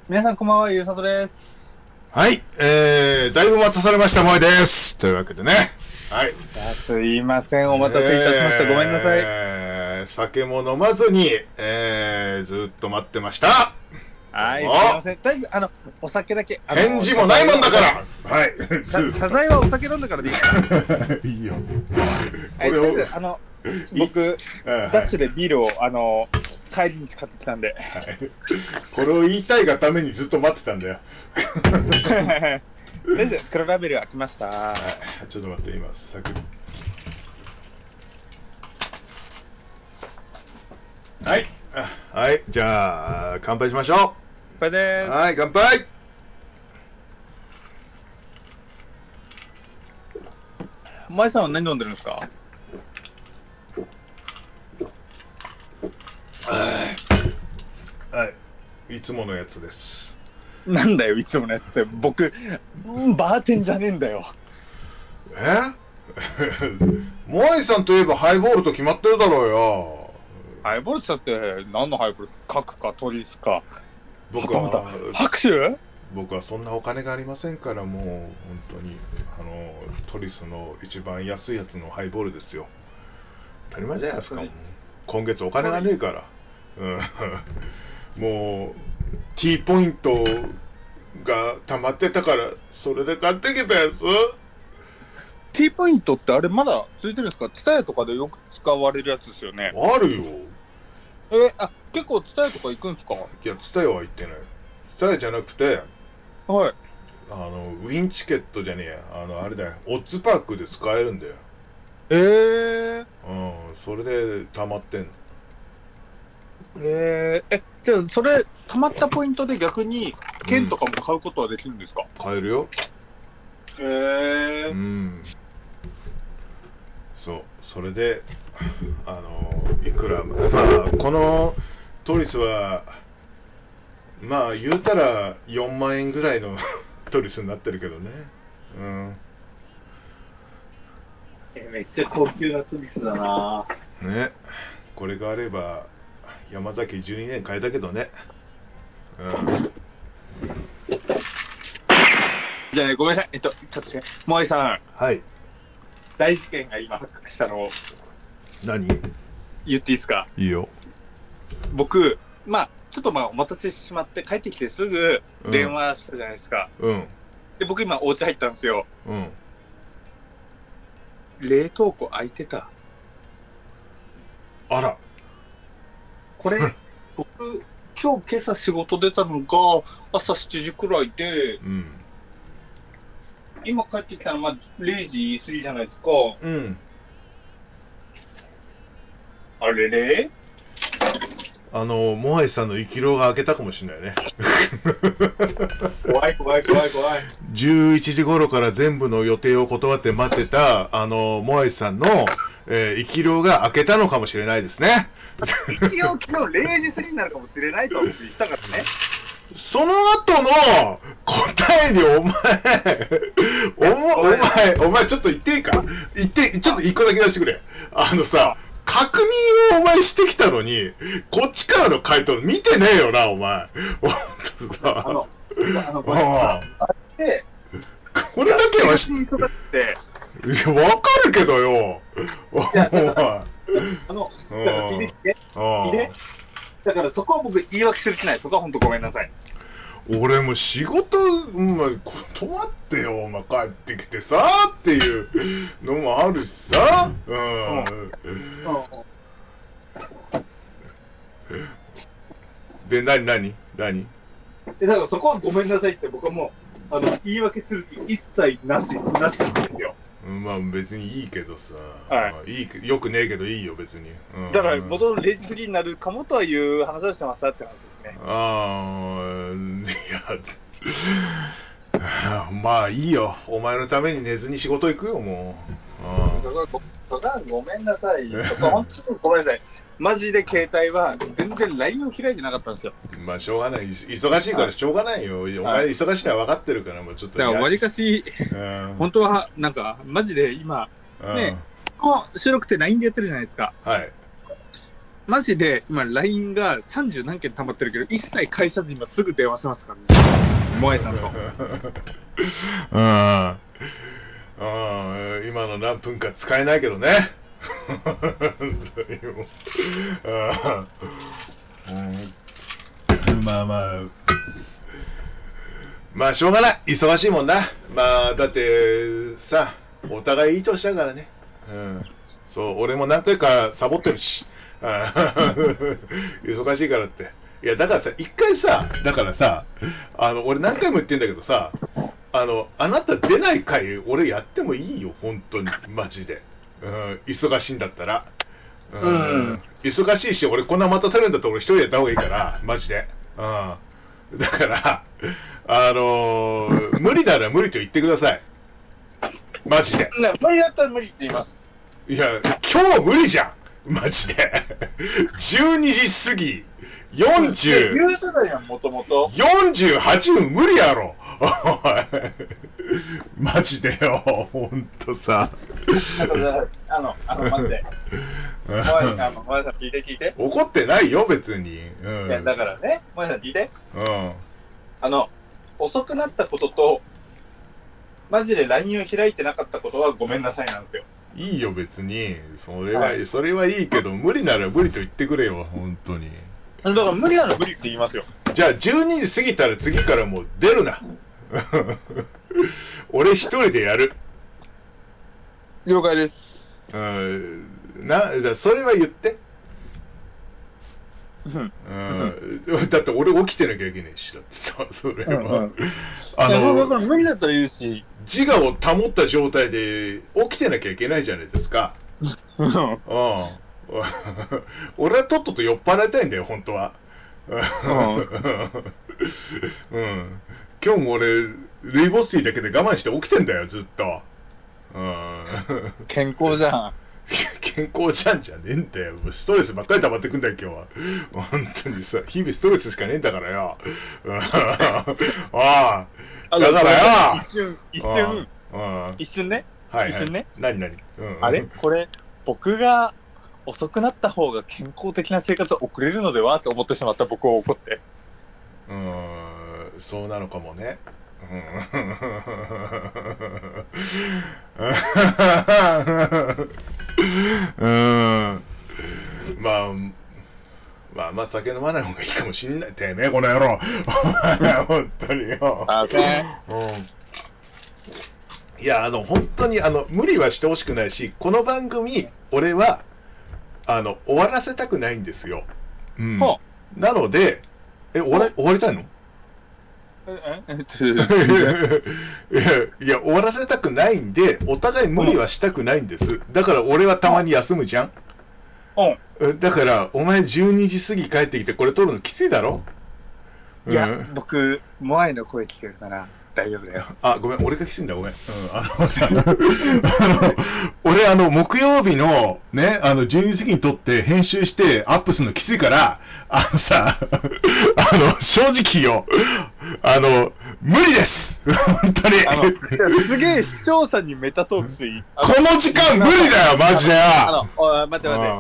皆さんこんばんは、ゆうさとです。 はい、だいぶ待たされました、萌えです。というわけでね。はい。 すいません、お待たせいたしました。ごめんなさい。 酒も飲まずに、ずっと待ってました。 はい、すいません。とりあえず、お酒だけ。 返事もないもんだから。はい。 謝罪はお酒飲んだからでいいですか？ いいよ。 とりあえず、僕、ダッシュでビールを、帰り道買ってきたんで。 はい、これを言いたいがためにずっと待ってたんだよ。 とりあえず、黒ラベル開きました。 はい、ちょっと待って、今、はい。はい。じゃあ、乾杯しましょう。 乾杯です。 はい、乾杯。 舞さんは何飲んでるんですか？ はい。いつものやつです。 なんだよ、いつものやつって。僕、バーテンじゃねえんだよ。 モアイさんといえばハイボールと決まってるだろうよ。 ハイボールって言ったって何のハイボールですか？角かトリスか。 僕は拍手？ 僕はそんなお金がありませんから、もう本当にトリスの一番安いやつのハイボールですよ。当たり前じゃないですか。今月お金がねえから、もう T ポイントが溜まってたからそれで買ってきたやつ。 T ポイントってあれまだついてるんですか？ツタヤとかでよく使われるやつですよね。 あるよ。 結構ツタヤとか行くんですか？ いや、ツタヤは行ってない。ツタヤじゃなくて、 はい。 ウィンチケットじゃねえや、あれだよ、オッズパークで使えるんだよ。それで溜まってんの。 じゃあそれ溜まったポイントで逆に券とかも買うことはできるんですか？ 買えるよ。そう、それでいくら、まあこのトリスはまあ言うたら4万円ぐらいのトリスになってるけどね。 めっちゃ高級なトリスだなね。これがあれば山崎12年買えたけどね。 じゃあね、ごめんなさい。ちょっとね、モアイさん。 はい。 大事件が今発覚したのを。 何？ 言っていいですか？ いいよ。 僕、ちょっとお待たせしてしまって帰ってきてすぐ電話したじゃないですか。で、僕今お家入ったんですよ。冷凍庫開いてた。 あら。 これ、僕、今朝仕事出たのが朝7時くらいで、今帰ってきたのは0時過ぎじゃないですか。あれれ？ モアイさんの生き量が開けたかもしれないね。 怖い。 11時頃から全部の予定を断って待ってた、モアイさんの、生き量が開けたのかもしれないですね。 一応昨日0時過ぎになるかもしれないと言ったからね。 その後の答えにお前ちょっと言っていいか？ちょっと一個だけ出してくれ。確認をお前してきたのに、こっちからの回答見てねえよな、お前。これだけはわかるけどよ。 だからそこは僕言い訳する気ない。そこは本当ごめんなさい。 俺も仕事、断ってよ、お前帰ってきてさっていうのもあるしさ。で、何だからそこはごめんなさいって僕はもう言い訳する気一切なしなんですよ。 別にいいけどさ、 よくねえけどいいよ別に。 だから元の0時過ぎになるかもとはいう話をしてましたって話ですね。 いいよ。お前のために寝ずに仕事行くよ、もう。 そこはごめんなさい。そこは本当にごめんなさい。マジで携帯は全然 LINE を開いてなかったんですよ。 しょうがない。忙しいからしょうがないよ。お前忙しいのは分かってるから、もうちょっと。 だからわりかし、本当はマジで今、ね、収録って LINE でやってるじゃないですか。 はい。 マジで今 LINE が30何件溜まってるけど一切返さず今すぐ電話しますからね。萌えさんと。 今の何分か使えないけどね。まあまあまあしょうがない、忙しいもんな。まあだってさ、お互いいい年だからね。そう、俺も何回かサボってるし。忙しいからって。いやだからさ、一回さ、だからさ、俺何回も言ってんだけどさ、あなた出ない回俺やってもいいよ、本当にマジで。忙しいんだったら。忙しいし、俺こんな待たせるんだったら俺一人でやった方がいいから、マジで。だから無理なら無理と言ってください、マジで。 無理だったら無理って言います。 いや今日無理じゃん、マジで。12時過ぎ40 言うてたやん、もともと 48分無理やろ。マジでよ、ほんとさ。 マジで。萌えさん聞いて。 怒ってないよ、別に。 いや、だからね、萌えさん聞いて。遅くなったことと、マジで LINE を開いてなかったことはごめんなさいなんですよ。 いいよ、別に。それはいいけど、無理なら無理と言ってくれよ、本当に。 だから無理なら無理って言いますよ。 じゃあ12時過ぎたら次からもう出るな。俺一人でやる。 了解です。 じゃあそれは言って。だって俺起きてなきゃいけないし、だってさ、それは。 だから無理だったら言うし。 自我を保った状態で起きてなきゃいけないじゃないですか。俺はとっとと酔っ払いたいんだよ、本当は。今日も俺ルイボスティーだけで我慢して起きてんだよ、ずっと。 健康じゃん。 健康じゃんじゃねえんだよ。ストレスばっかり溜まってくんだよ、今日は。本当にさ、日々ストレスしかねえんだからよ。だからよ。 一瞬ね。 はい、 一瞬ね。 何、 あれこれ、僕が遅くなった方が健康的な生活を送れるのではと思ってしまった僕を怒って。 そうなのかもね。まあ酒飲まない方がいいかもしんない。てめえこの野郎。本当によ。いや本当に無理はしてほしくないし、この番組俺は終わらせたくないんですよ。なので終わりたいの？いや終わらせたくないんで、お互い無理はしたくないんです。だから俺はたまに休むじゃん。だからお前12時過ぎ帰ってきてこれ撮るのきついだろ。 いや、僕モアイの声聞けるから大丈夫だよ。 ごめん、俺がきついんだ、ごめん。俺木曜日のね12時過ぎに撮って編集してアップするのきついから、正直よ、無理です。本当に。 すげえ視聴者にメタトークしていい？ この時間無理だよ、マジでよ。 待って、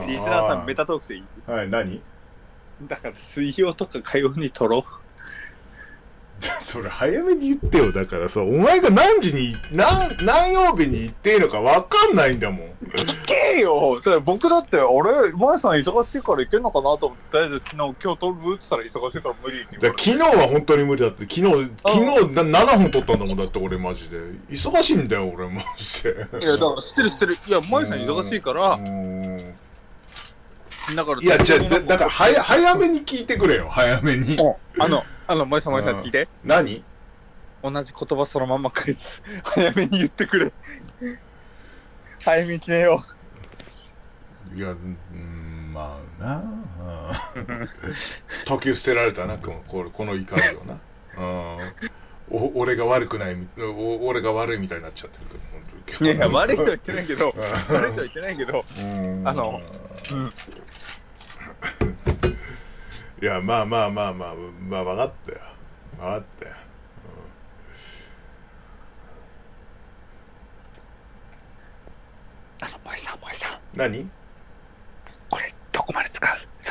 リスナーさんメタトークしていい？ はい、何？ だから水曜とか火曜に撮ろう。 それ早めに言ってよ。だからさ、お前が何曜日に行っていいのか分かんないんだもん。 聞けよ。僕だって、前さん忙しいから行けんのかなと思って、とりあえず昨日撮るって言ったら忙しいから無理って言うから。 昨日は本当に無理だって。昨日7本撮ったんだもん。だって俺マジで忙しいんだよ、俺マジで。 いやだから知ってる。いや前さん忙しいから。だから、いや、 だから早めに聞いてくれよ、早めに。 萌さん聞いて。 何？ 同じ言葉そのまんま返す。早めに言ってくれ。早めに寝よう。いや、まあな。時を捨てられたな、この怒りをな。俺が悪くない、俺が悪いみたいになっちゃってるけど、 いや、悪いとは言ってないけど、 いや、まあ、分かったよ。分かったよ。 萌さん。 何？ これ、どこまで使う？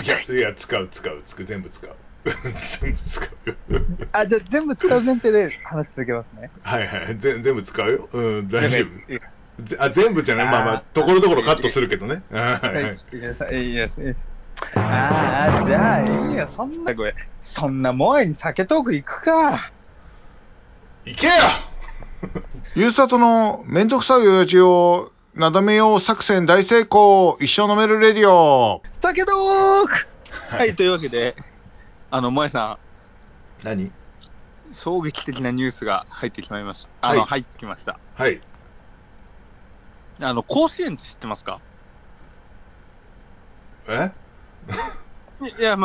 いや、使う、全部使う。全部使うよ。 じゃあ全部使う前提で話続けますね。 はい、全部使うよ。うん、大丈夫。全部じゃない、まあ、ところどころカットするけどね。はい。 いや、じゃあ、いいよ、そんなもんに酒トーク行くか。 行けよゆうさとのめんどくさい親父をなだめよう作戦大成功、一生飲めるレディオ。 酒トークはい、というわけで、萌さん。何？ 衝撃的なニュースが入ってきました。入ってきました。 はい。 甲子園って知ってますか？いや、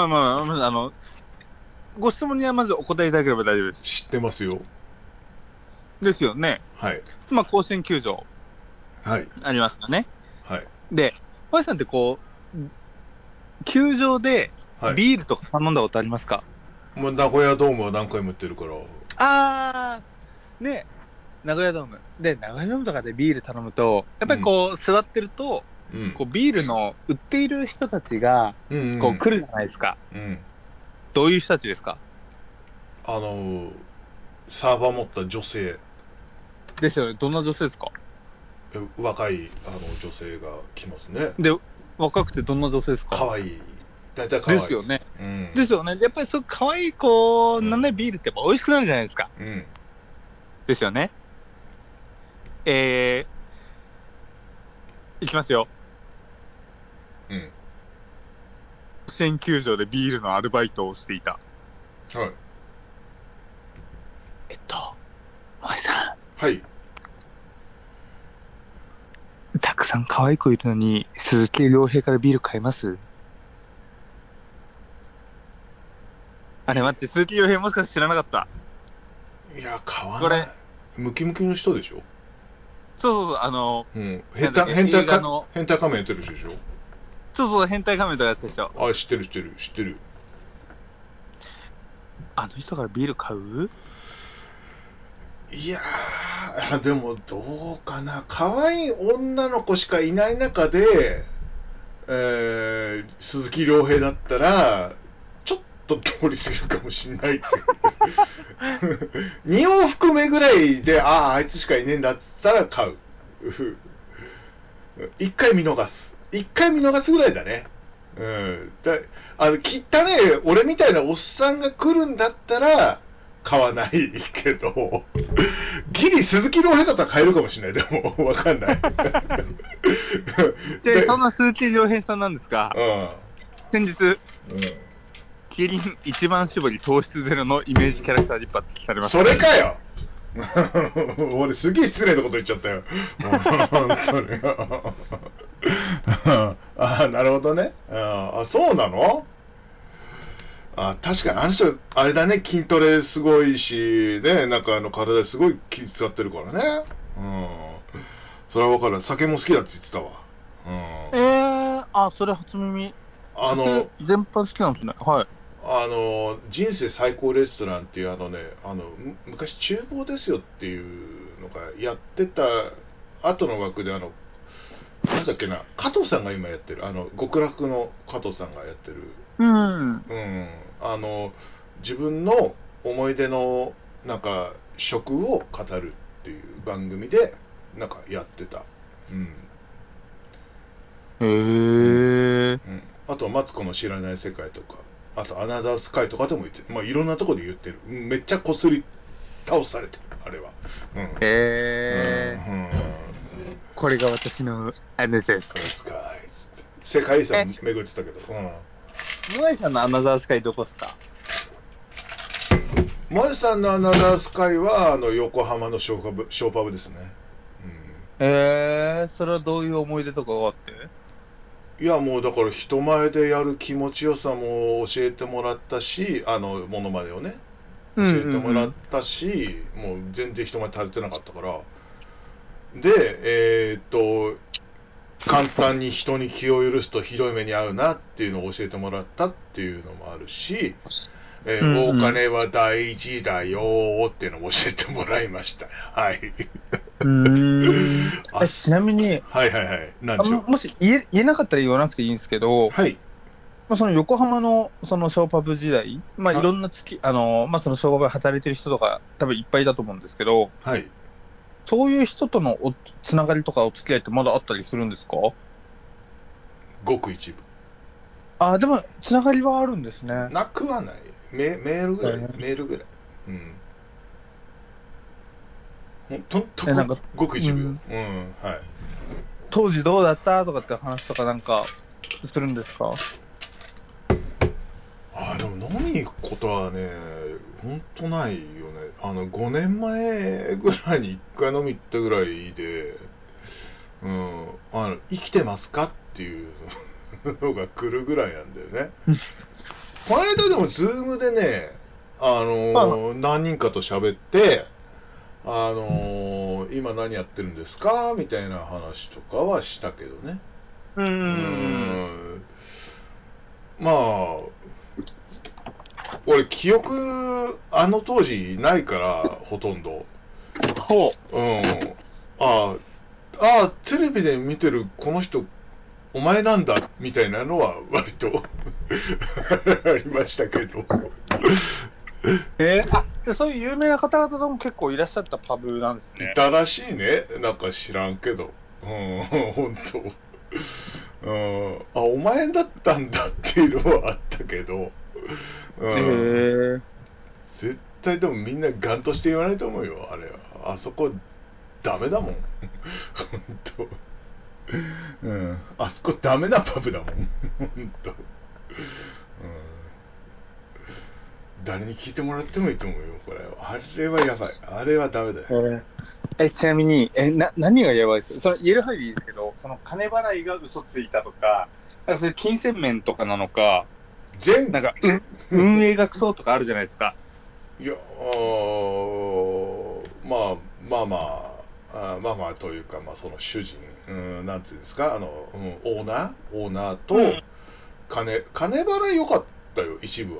ご質問にはまずお答えいただければ大丈夫です。 知ってますよ。 ですよね。 はい。 甲子園球場。 はい。 ありますかね。 はい。 で、萌さんって球場でビールとか頼んだことありますか？ もう名古屋ドームは何回も行ってるから。 ね、名古屋ドームで、名古屋ドームとかでビール頼むと、やっぱり座ってると、ビールの売っている人たちが来るじゃないですか。どういう人たちですか？ サーバー持った女性ですよね。どんな女性ですか？ 若い女性が来ますね。 で、若くてどんな女性ですか？ 可愛い。大体可愛い。 ですよね。ですよね。やっぱりそう可愛い子のね、ビールってやっぱ美味しくなるじゃないですか。ですよね。いきますよ。甲子園球場でビールのアルバイトをしていた。 はい。 萌さん。 はい。 たくさん可愛い子いるのに、鈴木亮平からビール買えます？待って、鈴木亮平もしかして知らなかった？ いや、買わない。これ、ムキムキの人でしょ？ そう、 変態仮面やってる人でしょ？ そう、変態仮面とかやつでしょ？ 知ってる。 あの人からビール買う？ いやー、でもどうかな。可愛い女の子しかいない中で、鈴木亮平だったら、ちょっと通り過ぎるかもしんないって2往復目ぐらいで、あいつしかいねえんだっつったら買う。1回見逃すぐらいだね。汚ねえ俺みたいなおっさんが来るんだったら買わないけど、ギリ鈴木亮平だったら買えるかもしれない。でもわかんないで、そんな鈴木亮平さんなんですが、先日、キリン一番搾り糖質ゼロのイメージキャラクターに抜擢されました。 それかよ俺すげえ失礼なこと言っちゃったよ本当になるほどね。そうなの？確かにあの人あれだね、筋トレすごいしね、なんか体すごい気使ってるからね。それは分かる。酒も好きだって言ってたわ。 それ初耳。酒全般好きなんですね。はい。 人生最高レストランっていう昔厨房ですよっていうのがやってた後の枠でなんだっけな、加藤さんが今やってる極楽の加藤さんがやってる自分の思い出のなんか食を語るっていう番組でなんかやってた。あとマツコの知らない世界とか、あとアナザースカイとかでも言ってる。いろんなところで言ってる。めっちゃこすり倒されてるあれは。 これが私のアナザースカイ。 世界遺産巡ってたけど。 萌さんのアナザースカイどこっすか？ 萌さんのアナザースカイは横浜のショーパブですね。 それはどういう思い出とかがあって？ いやもうだから人前でやる気持ちよさも教えてもらったし、モノマネをね教えてもらったし、もう全然人前足りてなかったから。で簡単に人に気を許すとひどい目に遭うなっていうのを教えてもらったっていうのもあるし、お金は大事だよーっていうのも教えてもらいました。はいちなみに、 何でしょう。 もし言えなかったら言わなくていいんですけど、 はい。 まあ、その横浜のそのショーパブ時代、まあ、いろんなまあ、そのショーパブで働いてる人とか多分いっぱいだと思うんですけど、 はい。 そういう人とのつながりとかお付き合いってまだあったりするんですか？ ごく一部。 あ、でも、つながりはあるんですね。 なくはない。メールぐらい、メールぐらい。うん。 なんか、 ごく一部よ。 うん、 はい。 当時どうだったとかって話とかなんか、するんですか？ でも飲みに行くことはね、ほんとないよね。5年前ぐらいに1回飲み行ったぐらいで、うん、生きてますかっていうのが来るぐらいなんだよね。この間でも、ズームでね、何人かと喋って、今何やってるんですかみたいな話とかはしたけどね。まあ、俺記憶あの当時ないからほとんど。 ほうん。テレビで見てるこの人お前なんだみたいなのは割とありましたけど。 そういう有名な方々でも結構いらっしゃったパブなんですね。 いたらしいね。なんか知らんけど。本当。お前だったんだっていうのはあったけど。絶対でもみんなガンとして言わないと思うよ、あれは。あそこダメだもん。本当。あそこダメなパブだもん。本当。誰に聞いてもらってもいいと思うよ、これ。あれはやばい。あれはダメだよ。 ちなみに、何がやばいですか？それ言える範囲でいいですけど、その金払いが嘘ついたとか、なんかそれ金銭面とかなのか、なんか、運営がクソとかあるじゃないですか。 いや、まあというか、まあその主人、なんていうんですか、オーナーと、金払い良かったよ、一部は。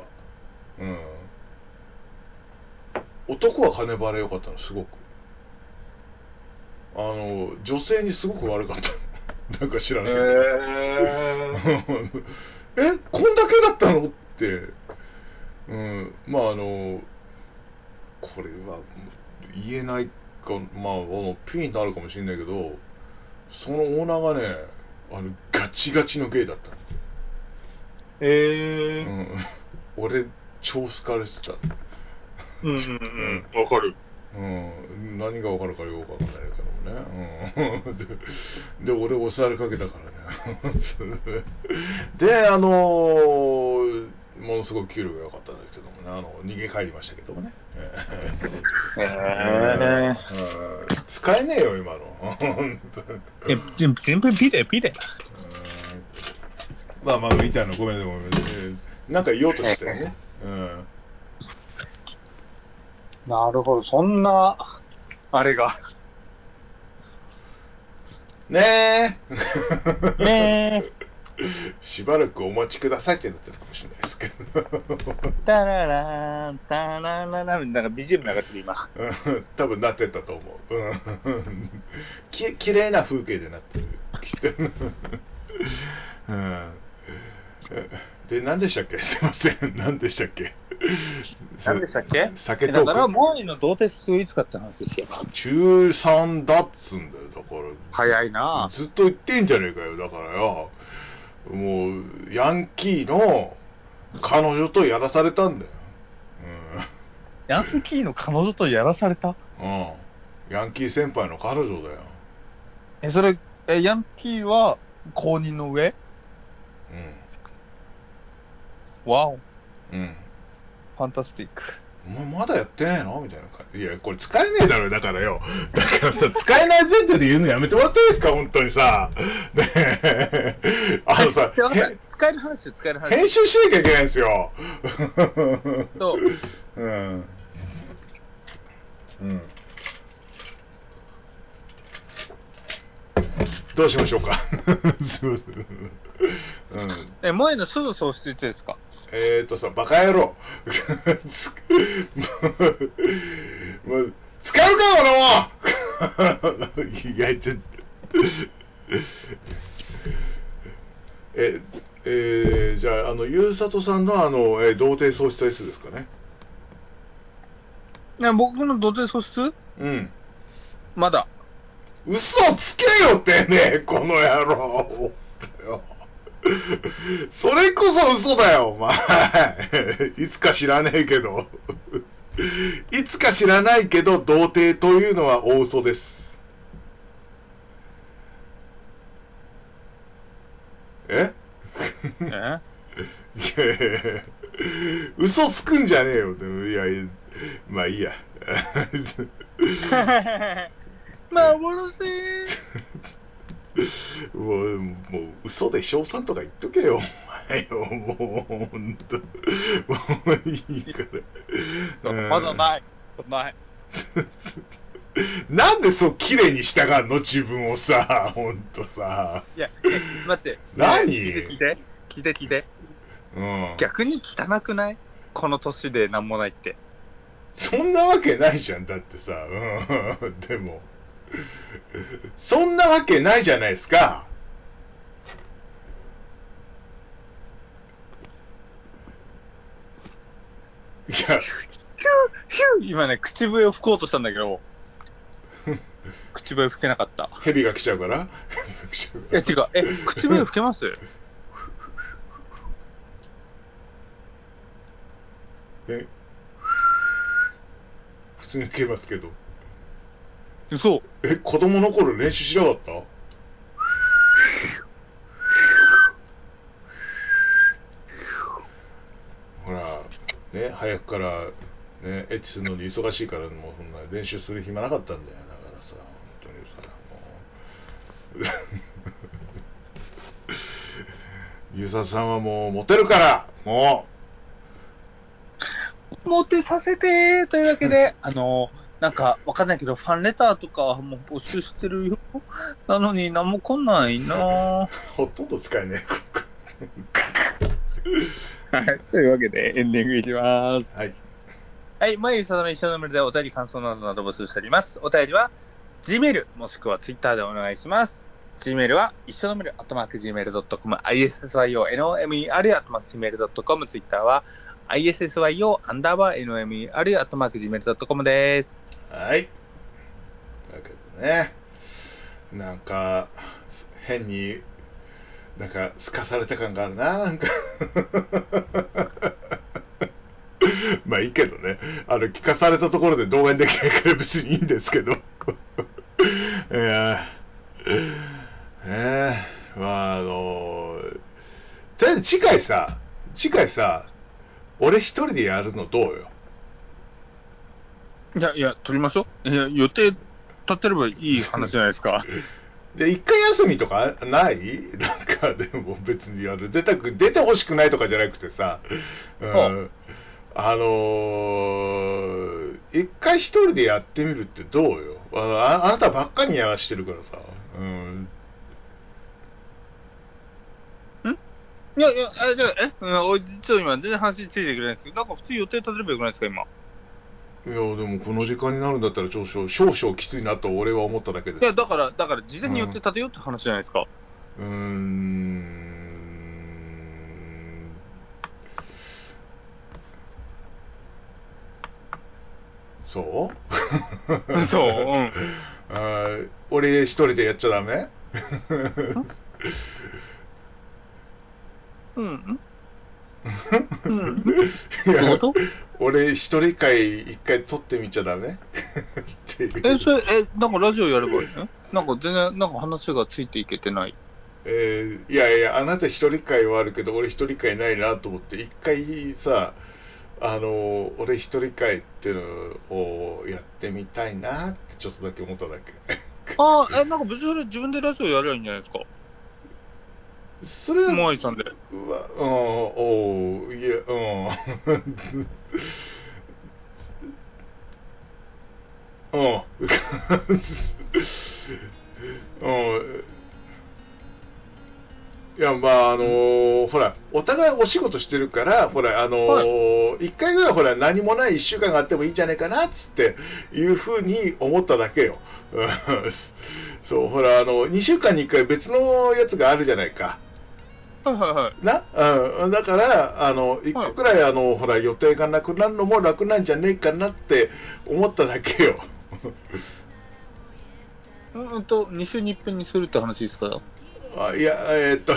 男は金払い良かったの、すごく。女性にすごく悪かった。なんか知らないけど。こんだけだったのって。まあこれは言えないか、まあピンになるかもしれないけど、そのオーナーがね、ガチガチのゲイだった。俺超好かれてた。 わかる。 何がわかるかよくわかんないけどもね。で、俺お座りかけたからね。で、ものすごく給料が良かったんですけどもね、逃げ帰りましたけどもね。使えねえよ、今の。 全部ピで。 まあ、みたいな、ごめんね。なんか言おうとしてたよね。 なるほど、そんな、あれが。 ねえ。しばらくお待ちくださいってなってるかもしれないですけど。 タララーン、タラララン、なんか BGM 流ってる今。 多分なってたと思う。綺麗な風景でなってる。きっと。で、何でしたっけ？すいません。何でしたっけ？ 酒トーク。だからモアイの童貞スイーツかって話ですよ。 中3だっつんだよ、だから。 早いな。 ずっと言ってんじゃねえかよ、だからよ。もう、ヤンキーの彼女とやらされたんだよ。 ヤンキーの彼女とやらされた？ ヤンキー先輩の彼女だよ。 それ、ヤンキーは公認の上？わお。ファンタスティック。 お前まだやってないのみたいな感じ。いや、これ使えねえだろ、だからよ。だからさ、使えない前提で言うのやめてもらっていいですか、本当にさ。ねえ。 使える話。 編集しなきゃいけないんですよ。 そう。 どうしましょうか。 前のすぐ喪失ってですか？ バカ野郎。もう、使うか、俺もいや、 じゃあ、ゆうさとさんの童貞喪失 S ですかね。 僕の童貞喪失？ うん。 まだ。 嘘つけよってね、この野郎。それこそ嘘だよ、お前。いつか知らねえけど。いつか知らないけど、童貞というのは大嘘です。えいや嘘つくんじゃねえよ。いや、まあいいや。 幻もう嘘で称賛とか言っとけよ、お前よ。もう、ほんと。もういいから。まだない。ない。 なんでそう綺麗にしたがんの自分をさ、ほんとさ。 いや、待って。 何？ 聞いて。うん。逆に汚くない？この年でなんもないって。 そんなわけないじゃん、だってさ。うん。でも。そんなわけないじゃないですか。いや。 今ね、口笛を吹こうとしたんだけど、口笛吹けなかった。 蛇が来ちゃうから？いや、違う。口笛吹けます？ 普通に吹けますけど。 嘘。 子供の頃練習しなかった？ほら、ね、早くから、ね、エッチするのに忙しいから、もうそんな練習する暇なかったんだよ。だからさ、本当にさ、もう。ゆうささんはもうモテるから、もう。モテさせてーというわけで、なんか、わかんないけど、ファンレターとかも募集してるよ。なのに、なんも来ないなほとんど使えねえ。はい。というわけで、エンディングいきます。 はい。 はい。毎日の一緒のメールでお便り、感想など募集しております。お便りは、Gmail、もしくは Twitter でお願いします。Gmail は、一緒のメール、@gmail.com、issyo.nomer、@gmail.com、Twitter は、issyo_nomer、@gmail.com です。 はい。だけどね、なんか変になんかすかされた感があるな、なんかまあいいけどね、聞かされたところで動画できないから別にいいんですけどいやまあとりあえず次回さ俺一人でやるのどうよ。 いや、撮りましょう。予定立てればいい話じゃないですか。 で、一回休みとかない？なんか、でも別に出てほしくないとかじゃなくてさ、一回一人でやってみるってどうよ。あなたばっかりにやらしてるからさ。 いや、じゃあ、ちょっと今全然話ついてくれないんですけど、なんか普通予定立てればよくないですか、今。 いや、でもこの時間になるんだったら少々きついなと俺は思っただけです。 いや、だから事前に予定立てようって話じゃないですか。 そうそう、 俺一人でやっちゃダメ？いや、俺一人会一回撮ってみちゃダメ？ なんかラジオやればいいね。なんか全然、なんか話がついていけてない。 いや、あなた一人会はあるけど、俺一人会ないなと思って、一回さ、俺一人会っていうのをやってみたいなってちょっとだけ思っただけ。 なんか別に自分でラジオやればいいんじゃないですか。 それはモアイさんで。 いや、いや、まあ、ほら、お互いお仕事してるから、ほら、一回ぐらい、ほら、何もない一週間があってもいいんじゃないかな、っつっていうふうに思っただけよ。そう、ほら、2週間に1回別のやつがあるじゃないか。 はいはいはい。 な、だから、一個くらい、ほら、予定がなくなるのも楽なんじゃねえかなって思っただけよ。 2週に一遍にするって話ですか？ いや、違う。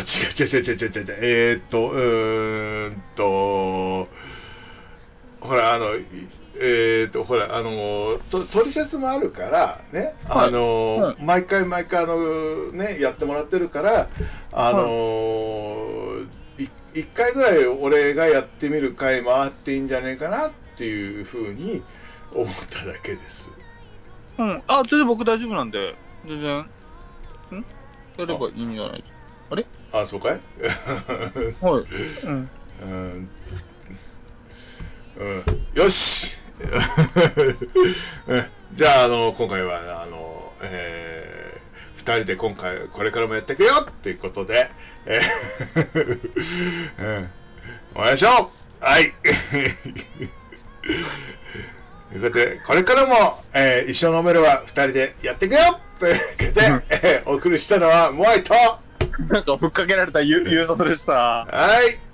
ほら、ほら、トリセツもあるから、ね、毎回、ね、やってもらってるから、一回ぐらい俺がやってみる回もあっていいんじゃねえかなっていうふうに思っただけです。 全然僕大丈夫なんで、全然、やればいいんじゃない？あれ？ そうかい？ はい。 よしじゃあ、今回は、2人でこれからもやっていくよっていうことで、お願いしよう。はい。ということで、これからも、一生飲めるは2人でやっていくよというわけで、お送りしたのはモアイと、 なんかふっかけられたユーザーでした。 はい。